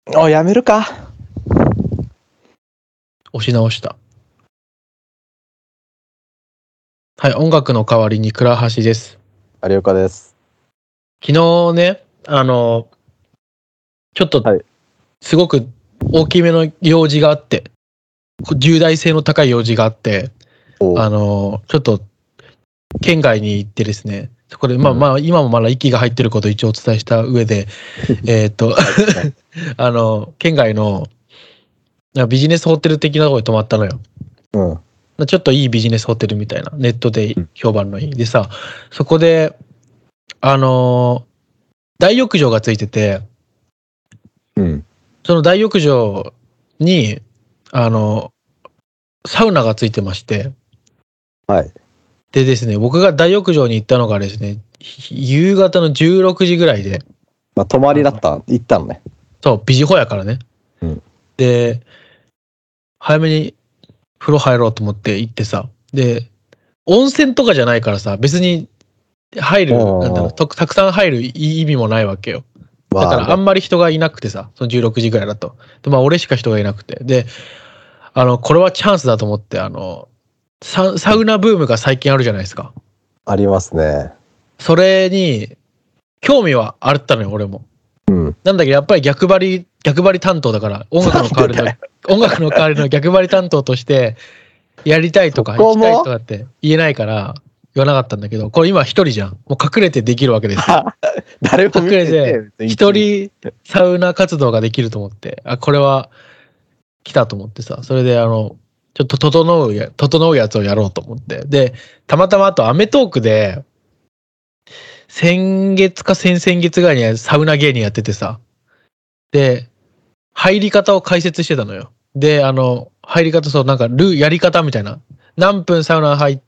あ、やめるか。 押し直した。はい、音楽の代わりに倉橋です。 有岡です。 昨日ね、ちょっとすごく大きめの用事があって、重大性の高い用事があって、ちょっと県外に行ってですね、そこで今もまだ息が入ってることを一応お伝えした上で、県外のビジネスホテル的なところに泊まったのよ。ちょっといいビジネスホテルみたいな、ネットで評判のいい。でさ、そこで、大浴場がついてて、その大浴場に、サウナがついてまして、でですね、僕が大浴場に行ったのがですね、夕方の16時ぐらいで。 泊まりだった行ったのね。 そう、ビジホやからね。で、早めに風呂入ろうと思って行ってさ、で、温泉とかじゃないからさ、別に入る、たくさん入る意味もないわけよ。だからあんまり人がいなくてさ、その16時ぐらいだと。で、俺しか人がいなくて。で、これはチャンスだと思って、サウナブームが最近あるじゃないですか。 ありますね。 それに、興味はあったのよ、俺も。なんだけど、やっぱり逆張り担当だから、音楽の代わりの逆張り担当として、やりたいとか、行きたいとかって言えないから、言わなかったんだけど、これ今一人じゃん。もう隠れてできるわけですよ。 誰も見てて一人サウナ活動ができると思って、これは来たと思ってさ、それでちょっと整うやつをやろうと思って。で、たまたまあとアメトークで、先月か先々月ぐらいにサウナ芸人やっててさ、で、入り方を解説してたのよ。で、入り方、そう、なんか、やり方みたいな。何分サウナ入って、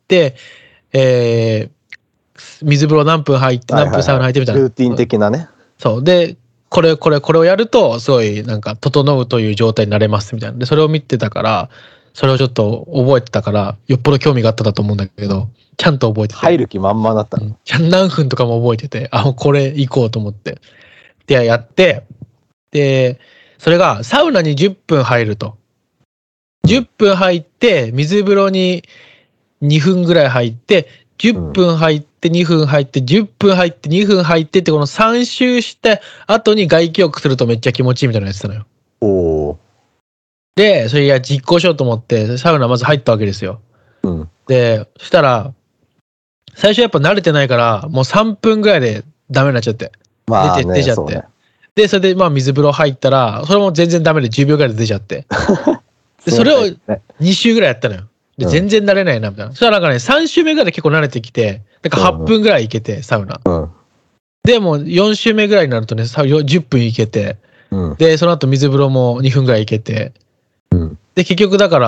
水風呂何分入って、何分サウナ入ってみたいな。 ルーティン的なね。 そう。で、これをやると、すごい、なんか、整うという状態になれますみたいな。で、それを見てたから、それをちょっと覚えてたから、よっぽど興味があっただと思うんだけど、ちゃんと覚えてて。 入る気満々だったの。 何分とかも覚えてて、これ行こうと思って。で、やって、で、それが、サウナに10分入ると。10分入って、水風呂に2分ぐらい入って、10分入って2分入って、10分入って2分入ってって、この3周した後に外気浴するとめっちゃ気持ちいいみたいなやつだのよ。で、それ実行しようと思って、サウナまず入ったわけですよ。で、そしたら、最初やっぱ慣れてないから、もう3分ぐらいでダメになっちゃって。出ちゃって。で、それで水風呂入ったら、それも全然ダメで10秒ぐらいで出ちゃって。で、それを2周ぐらいやったのよ。で、全然慣れないな、みたいな。そしたらなんかね、3周目ぐらいで結構慣れてきて、なんか8分ぐらい行けて、サウナ。で、もう4周目ぐらいになるとね、10分行けて、で、その後水風呂も2分ぐらい行けて、で、結局だから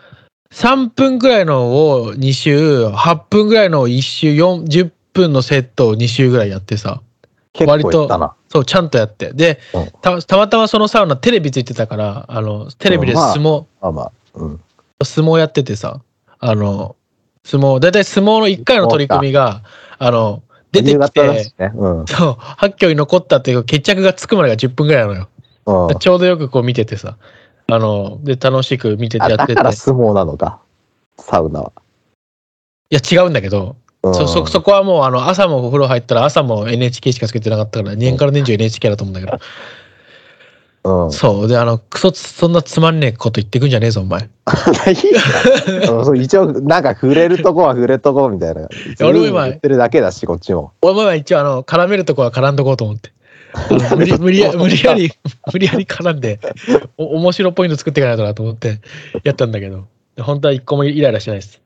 、3分ぐらいのを2周、8分ぐらいのを1周、10分のセットを2周ぐらいやってさ、割と、そう、ちゃんとやって。で、たまたまそのサウナテレビついてたから、テレビで相撲やっててさ、だいたい相撲の1回の取り組みが、出てきて、そう、八挙に残ったっていう決着がつくまでが10分ぐらいなのよ。ちょうどよくこう見ててさ、で、楽しく見ててやってて。 だから相撲なのか、サウナは。 いや、違うんだけど、そこはもう朝もお風呂入ったら朝も NHK しかつけてなかったから年から年中 NHK だと思うんだけど、そうでそんなつまんねえこと言ってくんじゃねえぞお前。 一応なんか触れるとこは触れとこうみたいな。俺も今言ってるだけだし、こっちも。 俺も今一応絡めるとこは絡んどこうと思って。無理やり絡んで面白ポイント作っていかないとなと思ってやったんだけど、本当は一個もイライラしてないです。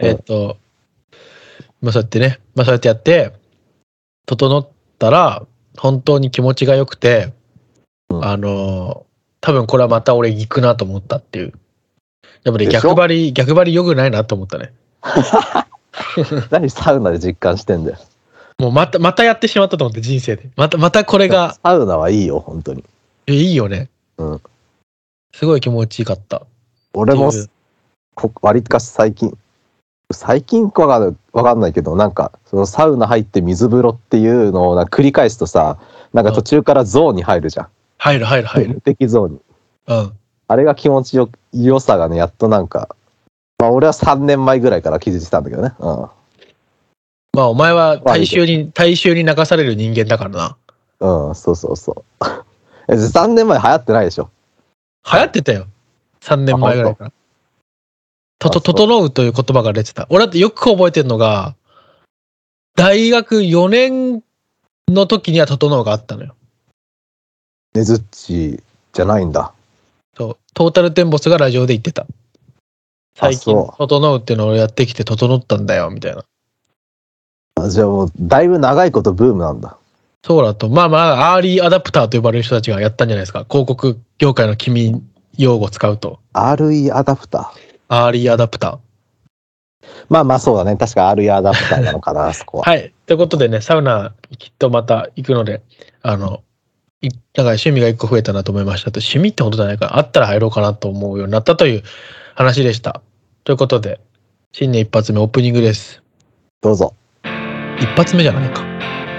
そうやってね、そうやってやって、整ったら、本当に気持ちが良くて、多分これはまた俺行くなと思ったっていう。やっぱり逆張り良くないなと思ったね。 何サウナで実感してんだよ。 もうまたやってしまったと思って人生で。またこれが。 サウナはいいよ、本当に。 いいよね。すごい気持ちいいかった。 俺も、割かし最近かわかんないけど、なんかそのサウナ入って水風呂っていうのを繰り返すとさ、なんか途中からゾーンに入るじゃん。 入る。 無敵ゾーンに。 うん。 あれが気持ち良さがね、やっとなんか、まあ俺は3年前ぐらいから気づいてたんだけどね。うん。 まあお前は大衆に流される人間だからな。 うん、そうそうそう。3年前流行ってないでしょ。 流行ってたよ。3年前ぐらいから。 そう整うという言葉が出てた。俺だってよく覚えてるのが、大学4年の時には整うがあったのよ。 ねずっちじゃないんだ。 そう。トータルテンボスがラジオで言ってた。最近、 そう整うっていうのをやってきて整ったんだよ、みたいな。 じゃあもうだいぶ長いことブームなんだ。 そうだと。まあ、アーリーアダプターと呼ばれる人たちがやったんじゃないですか。広告業界の君用語を使うと。 RE アダプタアーリーアダプター。 ー。まあそうだね。確か RE アダプターなのかな、そこは。 はい。ということでね、サウナきっとまた行くので、なんか趣味が一個増えたなと思いましたと。趣味ってことじゃないから、あったら入ろうかなと思うようになったという話でした。ということで、新年一発目オープニングです。 どうぞ。 一発目じゃないか。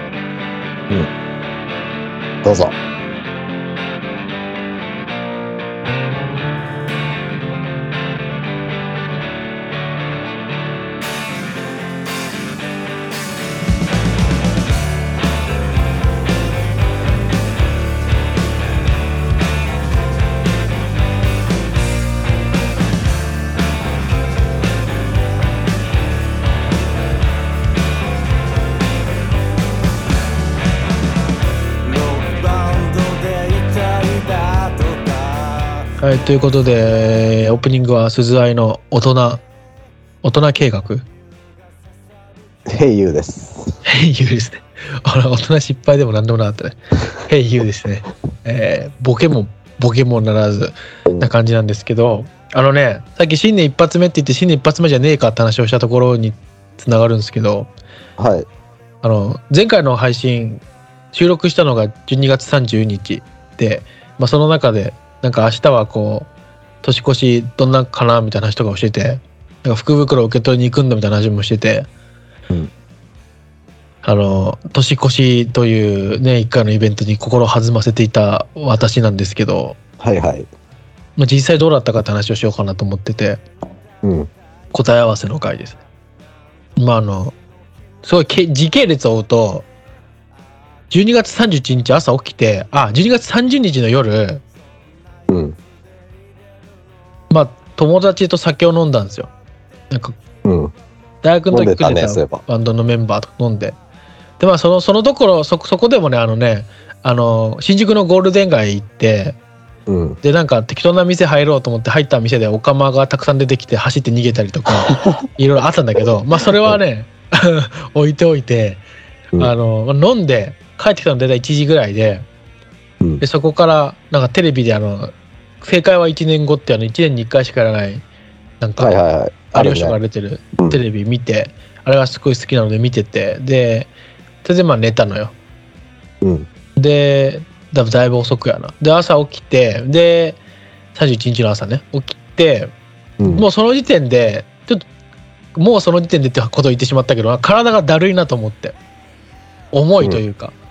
どうぞ。 はい、ということで、オープニングは鈴愛の大人計画ヘイユーです。 ヘイユーですね。大人失敗でも何でもなかったね。ヘイユーですね。ボケもならずな感じなんですけど、さっき新年一発目って言って新年一発目じゃねえかって話をしたところにつながるんですけど、 はい。 前回の配信収録したのが12月30日で、まあ、その中でなんか明日はこう年越しどんなかなみたいな話とか教えて、なんか福袋を受け取りに行くんだみたいな話もしてて、年越しというね一回のイベントに心を弾ませていた私なんですけど、 はいはい。 まあ、実際どうだったかって話をしようかなと思ってて、答え合わせの回です。まあすごい時系列を追うと12月31日朝起きて、12月30日の夜、まあ友達と酒を飲んだんですよ。なんか、大学の時組んでたバンドのメンバーと飲んで、でまあそのところそこでもね新宿のゴールデン街行って、でなんか適当な店入ろうと思って入った店でオカマがたくさん出てきて走って逃げたりとかいろいろあったんだけど、まあそれはね置いておいて、飲んで帰ってきたの大体1時ぐらいで、でそこからなんかテレビで正解は1年後って1年に1回しかやらないなんか有吉が出てるテレビ見て、あれがすごい好きなので見てて、でそれでまあ寝たのよ。でだいぶ遅くやな。で朝起きて、で31日の朝ね起きて、もうその時点でちょっともうその時点でってことを言ってしまったけど、体がだるいなと思って、重いというか、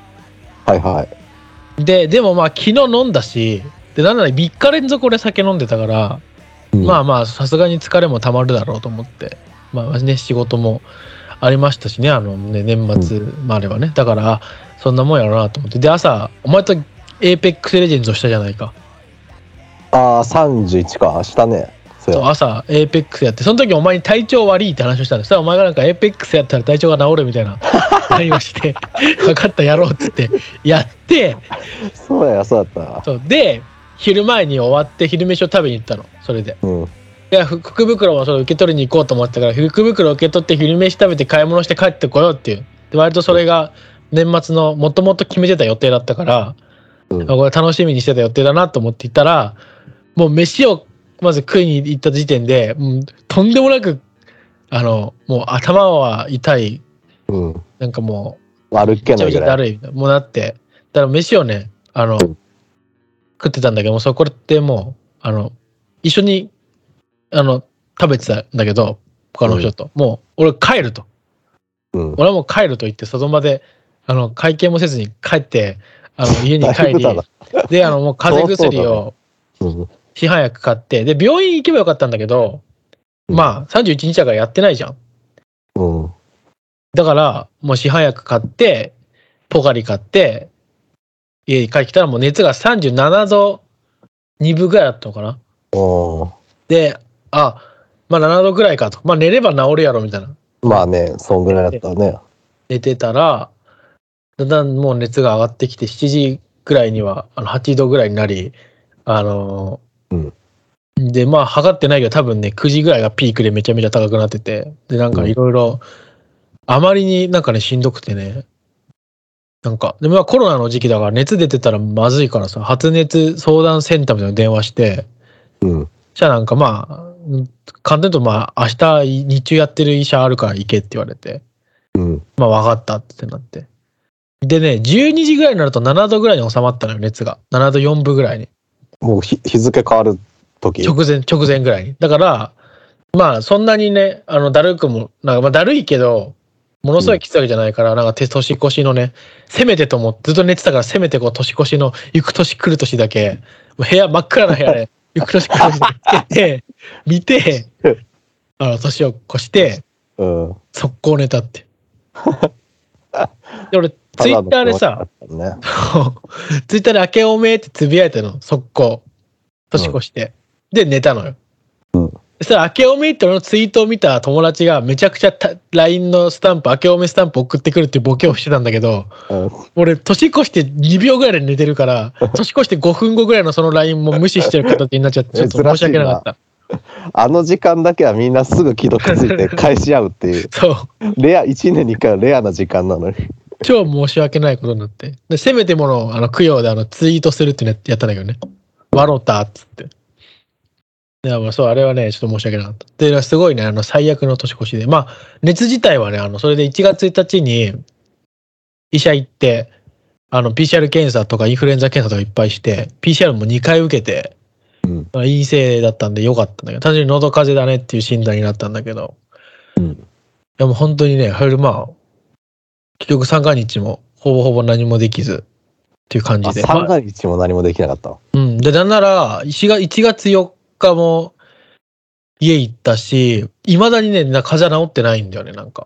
でもまあ昨日飲んだし、でなんなら3日連続俺酒飲んでたから、まあさすがに疲れもたまるだろうと思って、まあね仕事もありましたしね、年末まではね、だからそんなもんやろうなと思って、で朝お前とエーペックスレジェンズをしたじゃないか。 31かしたね。 そう朝エーペックスやって、その時お前に体調悪いって話をしたんです。そしたらお前がなんかエーペックスやったら体調が治るみたいな話をして分かったやろうっつってやって、 そうだった。 そうで昼前に終わって昼飯を食べに行ったの。それで、福袋もそれ受け取りに行こうと思ってたから、福袋受け取って昼飯食べて買い物して帰ってこようっていう、で割とそれが年末のもともと決めてた予定だったから、これ楽しみにしてた予定だなと思っていたら、もう飯をまず食いに行った時点で、とんでもなくもう頭は痛い、なんかもう悪っけないぐらいだるいもうなって、だから飯をね食ってたんだけども、そこってもう一緒に食べてたんだけど他の人と、もう俺帰ると、俺はもう帰ると言ってその場で会計もせずに帰って家に帰り、で、もう風邪薬をうん市販薬買って、で、病院行けばよかったんだけど、まあ、31日だからやってないじゃん。 うん。 だから、もう市販薬買って、ポカリ買って、家に帰ってきたらもう熱が37度2分ぐらいだったのかな。 おーで、まあ7度ぐらいかと。まあ寝れば治るやろみたいな。 まあね、そんぐらいだったらね。 寝てたら、だんだんもう熱が上がってきて、7時ぐらいには8度ぐらいになり、で、まあ測ってないけど多分ね、9時ぐらいがピークでめちゃめちゃ高くなってて、で、なんかいろいろ、あまりになんかね、しんどくてね、なんか、でもコロナの時期だから熱出てたらまずいからさ、発熱相談センターみたいなの電話して、じゃあなんかまあ、簡単に言うとまあ、明日日中やってる医者あるから行けって言われて、まあ分かったってなって。でね、12時ぐらいになると7度ぐらいに収まったのよ、熱が。7度4分ぐらいに。 もう日付変わる時直前ぐらいに。だから、まあそんなにね、だるくも、なんかまあだるいけど、ものすごいきついわけじゃないから、なんか年越しのね、せめてと思って、ずっと寝てたから、せめてこう年越しの、行く年来る年だけ、もう部屋、真っ暗な部屋で、行く年来る年だけつけて、見て、年を越して、速攻寝たって。で、俺、ツイッターでさ、ツイッターで明けおめってつぶやいたの、速攻。年越して。で、寝たのよ。そしたら、明けおめって俺のツイートを見た友達がめちゃくちゃ LINE のスタンプ、明けおめスタンプ送ってくるっていうボケをしてたんだけど、俺、年越して2秒ぐらいで寝てるから、年越して5分後ぐらいのその LINE も無視してる形になっちゃって、ちょっと申し訳なかった。 あの時間だけはみんなすぐ既読ついて返し合うっていう。 そう。 1年に1回はレアな時間なのに。 超申し訳ないことになって。で、せめてもの供養でツイートするってやったんだけどね。笑ったっつって。いや、まあそう、あれはね、ちょっと申し訳なかった。で、すごいね、最悪の年越しで。まあ、熱自体はね、それで1月1日に医者行って、PCR 検査とかインフルエンザ検査とかいっぱいして、PCR も2回受けて、まあ、陰性だったんでよかったんだけど、単純に喉風邪だねっていう診断になったんだけど、いやもう本当にね、まあ、結局三が日もほぼほぼ何もできずっていう感じで。 三が日も何もできなかった。 で、なんなら、1月4日も家行ったし、いまだにね、風邪治ってないんだよね、なんか。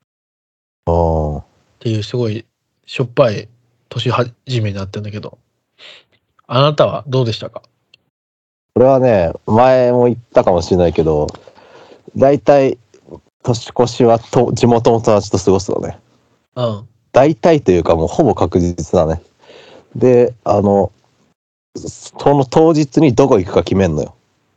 っていうすごいしょっぱい年始めになってんだけど。あなたはどうでしたか？ これはね、前も言ったかもしれないけど、だいたい年越しは地元の友達と過ごすのね。大体というかもうほぼ確実だね。で、その当日にどこ行くか決めんのよ。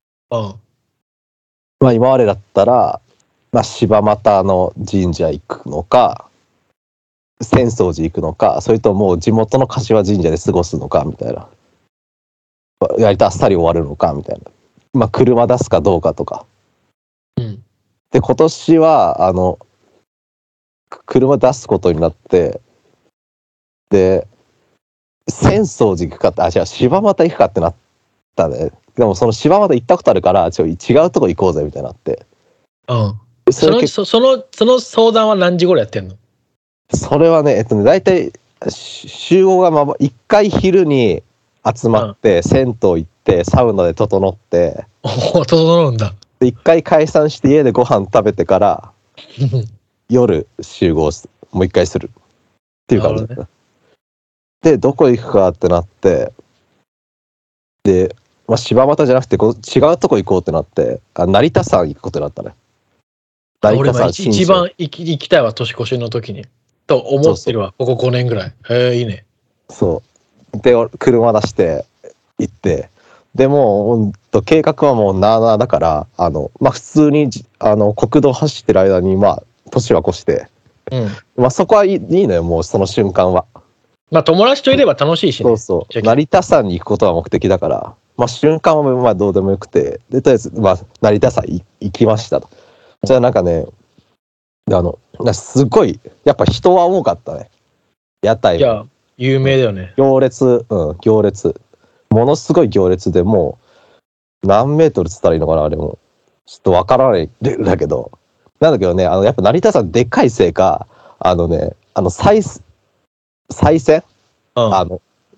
まあ今までだったら、まあ、柴又の神社行くのか、浅草寺行くのか、それともう地元の柏神社で過ごすのかみたいな。割とあっさり終わるのかみたいな。まあ車出すかどうかとか。で今年は車出すことになって、で浅草寺行くかって、じゃあ柴又行くかってなったね。でもその柴又行ったことあるから違うとこ行こうぜみたいになって。 その相談は何時頃やってんの？ それはね大体集合が一回昼に集まって、銭湯行ってサウナで整って整うんだ。 で一回解散して家でご飯食べてから夜集合もう一回するっていう感じだった。でどこ行くかってなって、で、まあ、柴又じゃなくて違うとこ行こうってなって、成田山行くことになったね。 成田山一番行きたいわ、年越しの時にと思ってるわ。ここ5年ぐらい。いいね。 そうで車出して行って、でもう計画はもうなあなあだから、まあ普通に国道走ってる間にまあ年は越して、まあそこはいいのよ、もうその瞬間は。 まあ友達といれば楽しいしね。 そう成田山に行くことが目的だから、まあ瞬間はまあどうでもよくて、でとりあえずまあ成田山行きましたと。じゃあなんかね、すごいやっぱ人は多かったね。屋台も。いや有名だよね。 行列ものすごい行列で、もう何メートルつったらいいのかな、あれもちょっとわからないんだけど、やっぱ成田山でかいせいか、賽銭、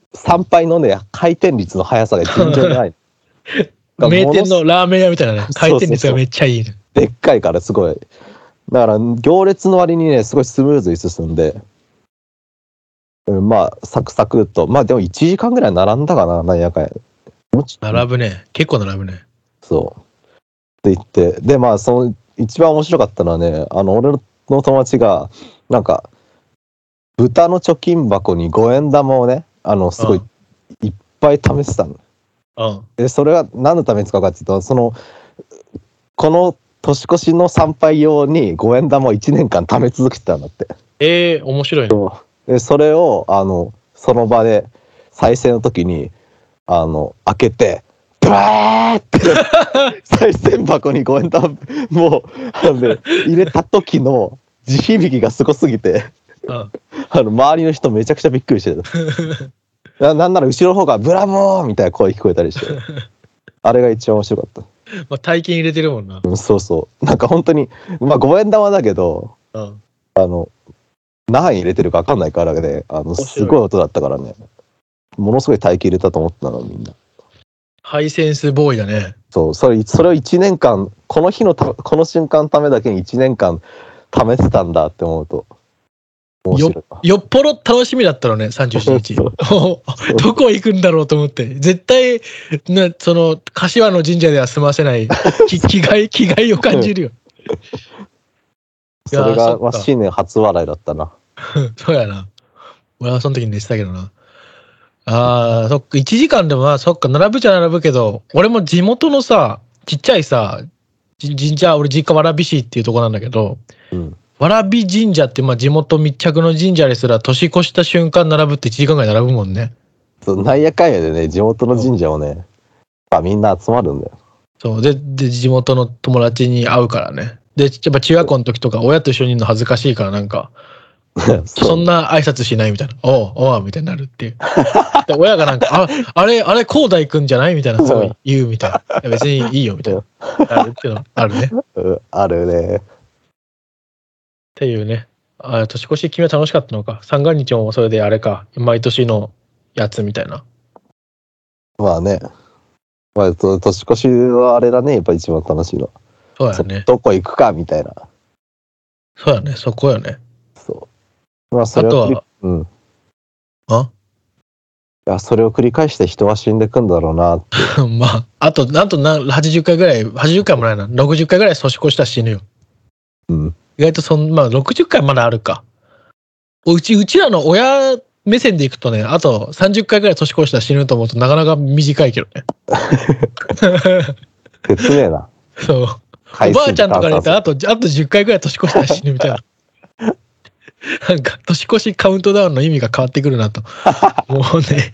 参拝のね、回転率の速さが尋常ない。 名店のラーメン屋みたいなね、回転率がめっちゃいいね。 でっかいからすごい。だから行列の割にね、すごいスムーズに進んで、まあサクサクっと、まあでも1時間ぐらい並んだかな、なんやかんや。 並ぶね、結構並ぶね。 そうって言って、でまあその一番面白かったのはね、俺の友達がなんか豚の貯金箱に5円玉をね、すごいいっぱい試してたの。でそれは何のために使うかっていうと、この年越しの参拝用に5円玉を1年間貯め続けてたんだって。 面白いね。 でそれをその場で再生の時に開けてバーって再銭箱に5円玉もう入れた時の地響きがすごすぎて周りの人めちゃくちゃびっくりしてた。なんなら後ろの方がブラボーみたいな声聞こえたりしてあれが一番面白かった。 まあ体験入れてるもんな。 そうそう、なんか本当にまあ5円玉だけど何入れてるか分かんないからね、すごい音だったからね、ものすごい体験入れたと思ったのみんな。 ハイセンスボーイだね。 そう、それを1年間この瞬間のためだけに1年間試してたんだって思うと面白い。 よっぽど楽しみだったのね、31日。どこ行くんだろうと思って。絶対、ね、その、柏の神社では済ませない気概を感じるよ。 それが、まあ、新年初笑いだったな。 そうやな。俺はその時に寝てたけどな。そっか、1時間でもまあ、そっか、並ぶじゃ並ぶけど、俺も地元のさ、ちっちゃいさ、神社、俺実家蕨市っていうとこなんだけど、蕨神社ってまあ地元密着の神社ですら年越した瞬間並ぶって1時間ぐらい並ぶもんね。 そうなんやかんやでね、地元の神社をね、みんな集まるんだよ。 そうで地元の友達に会うからね。でやっぱ中学校の時とか親と一緒にいるの恥ずかしいからなんかそんな挨拶しないみたいな、おうみたいになるっていう。で親がなんかあれ広大くんじゃないみたいなすごい言うみたいな。別にいいよみたいなあるっていうのあるね。 あるね。 っていうね。年越し君は楽しかったのか。三が日もそれであれか、毎年のやつみたいな。 まあね、まあ、年越しはあれだね、やっぱ一番楽しいの。 そうやね。 どこ行くかみたいな。 そうやね、そこよね。 そう。まあそれをそれを繰り返して人は死んでくんだろうなって。 まああと80回ぐらい、80回もないな、60回ぐらい年越したら死ぬよ。意外とまあ60回まだあるか。うちらの親目線でいくとね、あと30回ぐらい年越したら死ぬと思うとなかなか短いけどね。 切ねえな。 そう。おばあちゃんとかで言ったらあと10回ぐらい年越したら死ぬみたいな。なんか年越しカウントダウンの意味が変わってくるなと。もうね。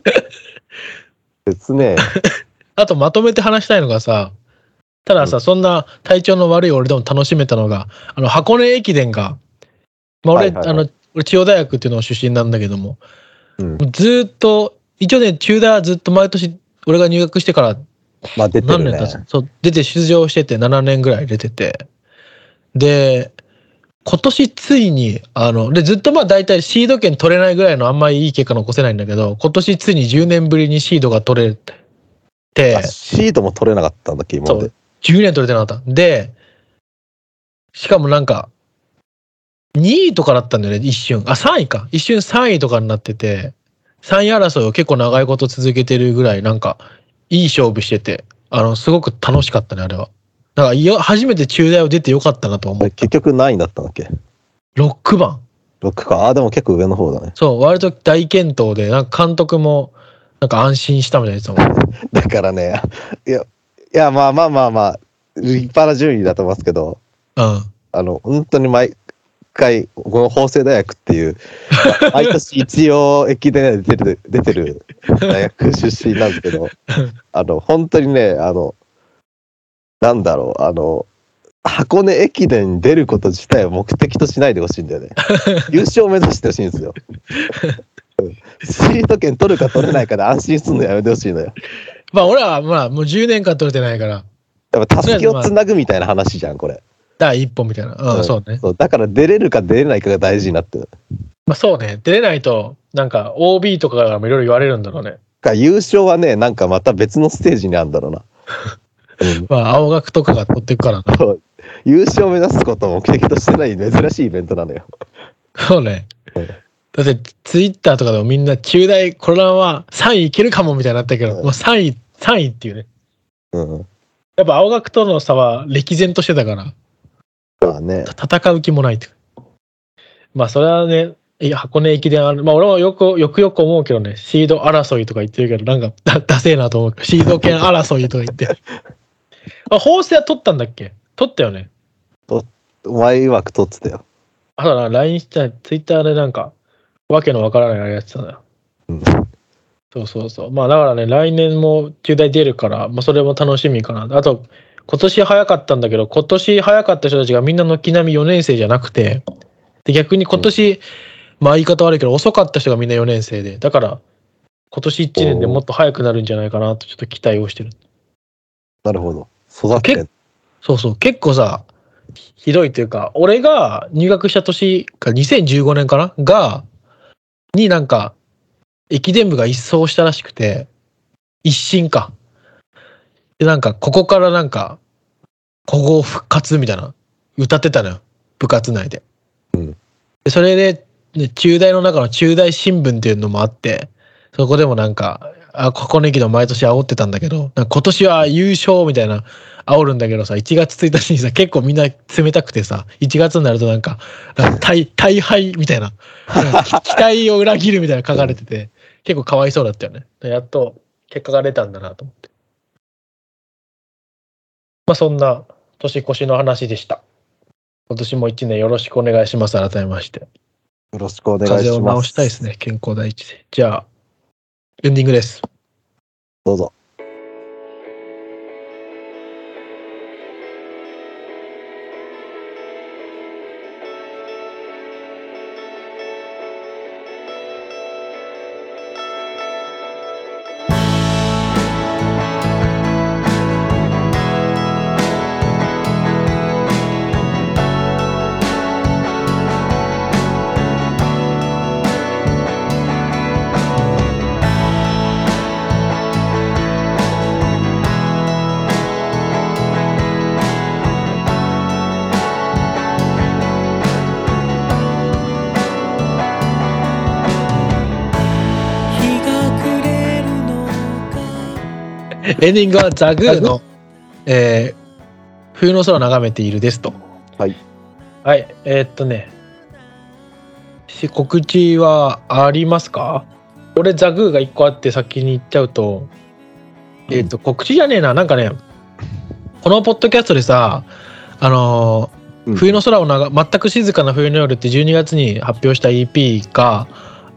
切ねえ。 あとまとめて話したいのがさ、たださ、そんな体調の悪い俺でも楽しめたのが、箱根駅伝が、まあ俺、俺千代大学っていうの出身なんだけども、ずっと、一応ね、中大はずっと毎年、俺が入学してから、 まあ出てるね。 何年経つ？そう、出て出場してて、7年ぐらい出てて、で、今年ついに、で、ずっとまあ大体シード権取れないぐらいのあんまりいい結果残せないんだけど、今年ついに10年ぶりにシードが取れて、 シードも取れなかったんだっけ、今まで。 10年取れてなかった。で、しかもなんか、2位とかだったんだよね、一瞬。3位か。一瞬3位とかになってて、3位争いを結構長いこと続けてるぐらい、なんか、いい勝負してて、すごく楽しかったね、あれは。なんか、初めて中大を出てよかったなと思う。 結局何位だったんだっけ？ 6 番。 6か。でも結構上の方だね。 そう、割と大健闘で、なんか監督も、なんか安心したみたいですもん。 だからね、いや、まあ、立派な順位だと思いますけど、本当に毎回、この法政大学っていう、毎年一応駅伝で出てる大学出身なんですけど、本当にね、なんだろう、箱根駅伝に出ること自体を目的としないでほしいんだよね。優勝を目指してほしいんですよ。シード権取るか取れないかで安心するのやめてほしいのよ。 まあ俺はまあもう10年間取れてないから。 やっぱ助けをつなぐみたいな話じゃんこれ。 第一歩みたいな。うん、そうね。 そうだから出れるか出れないかが大事になってる。 まあそうね。出れないと、なんか OB とかからもいろいろ言われるんだろうね。 優勝はね、なんかまた別のステージにあるんだろうな。 まあ青学とかが取っていくからな。 そう優勝を目指すことを目的としてない珍しいイベントなのよ。 そうね。だってツイッターとかでもみんな中大このまま3位いけるかもみたいになったけど、もう3位っていうね。やっぱ青学との差は歴然としてたから。 まあね。 戦う気もないって。まあそれはね、箱根駅伝ある。まあ俺はよく思うけどね、シード争いとか言ってるけど、なんかダセえなと思う。シード権争いとか言って。法政は取ったんだっけ？取ったよね。 お前曰く取ってたよ。 あ、だな、LINE した、ツイッターでなんか、わけのわからないあれやってたんだよ。そう。まあだからね、来年も中大出るから、まあそれも楽しみかな。あと、今年早かったんだけど、今年早かった人たちがみんな軒並み4年生じゃなくて、で逆に今年、まあ言い方悪いけど、遅かった人がみんな4年生で、だから今年1年でもっと早くなるんじゃないかなとちょっと期待をしてる。 なるほど。育ってそう、結構さ、ひどいというか、俺が入学した年が2015年かなになんか、駅伝部が一掃したらしくて、一新か。で、なんか、ここからなんか、古豪復活みたいな、歌ってたのよ。部活内で。でそれで、ね、中大の中の中大新聞っていうのもあって、そこでもなんか、ここの駅伝毎年煽ってたんだけど、なんか今年は優勝みたいな煽るんだけどさ、1月1日にさ、結構みんな冷たくてさ、1月になるとなんか大敗みたいな、期待を裏切るみたいな書かれてて、結構かわいそうだったよね。やっと結果が出たんだなと思って。まあそんな年越しの話でした。今年も1年よろしくお願いします。改めまして。 よろしくお願いします。 風邪を治したいですね。健康第一で。じゃあ、エンディングです。 どうぞ。 エンディングはザグーの、冬の空を眺めているですと。 はい。 はい、告知はありますか？俺ザグーが1個あって先に言っちゃうと、告知じゃねえな、なんかね、このポッドキャストでさ、冬の空を全く静かな冬の夜って12月に発表した EP が、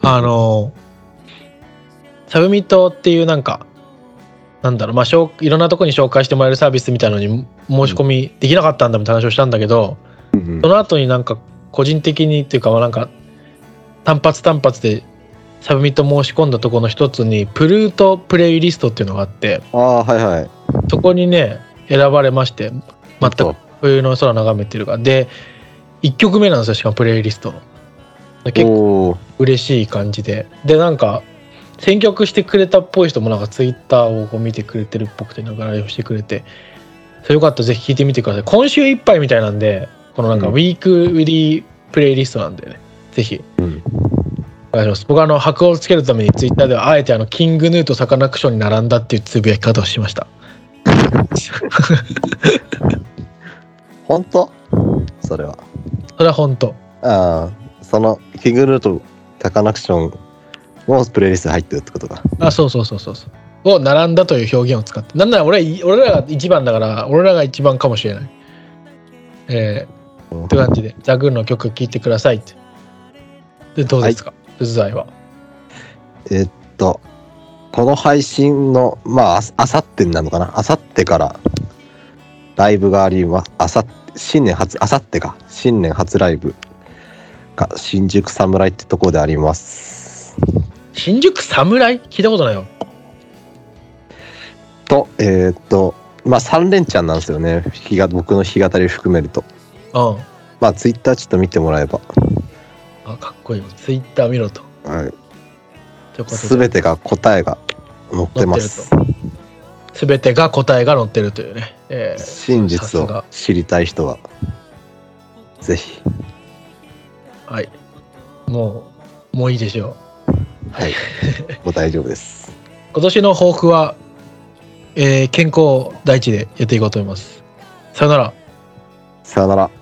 サブミットっていうなんか、なんだろう、まあいろんなとこに紹介してもらえるサービスみたいなのに申し込みできなかったんだみたいな話をしたんだけど、その後になんか個人的にっていうか、なんか単発でサブミット申し込んだところの一つにプルートプレイリストっていうのがあって、そこにね選ばれまして、全く冬の空眺めてるがで1曲目なんですよ。しかもプレイリストの結構嬉しい感じで、なんか選曲してくれたっぽい人もなんかツイッターをこう見てくれてるっぽくて、なんかライブしてくれて、それよかったらぜひ聴いてみてください。今週いっぱいみたいなんで、このなんかウィークウィリープレイリストなんでね、ぜひお願いします。僕は箔をつけるためにツイッターではあえてキングヌーとサカナクションに並んだっていうつぶやき方をしました。 本当？それは本当。 そのキングヌーとサカナクションもプレイリストに入ってるってことか。そうを並んだという表現を使って、なんなら俺らが一番だから、俺らが一番かもしれない。って感じでザグーの曲聴いてくださいって。でどうですか、うずざいは。 この配信のあさってになるのかな。あさってからライブがあります。あさってか新年初ライブが新宿サムライってとこであります。 新宿サムライ聞いたことないよ。 3連チャンなんですよね。僕の弾き語り含めると。 うん。 まあツイッターちょっと見てもらえば、 あ、かっこいい。ツイッター見ろと。 はい、 ということで全てが答えが載ってます。 全てが答えが載ってるというね。 真実をさすが。 知りたい人はぜひ。 はい。もういいでしょはいもう大丈夫です。 う。今年の抱負は、健康第一でやっていこうと思います。さよなら。 さよなら。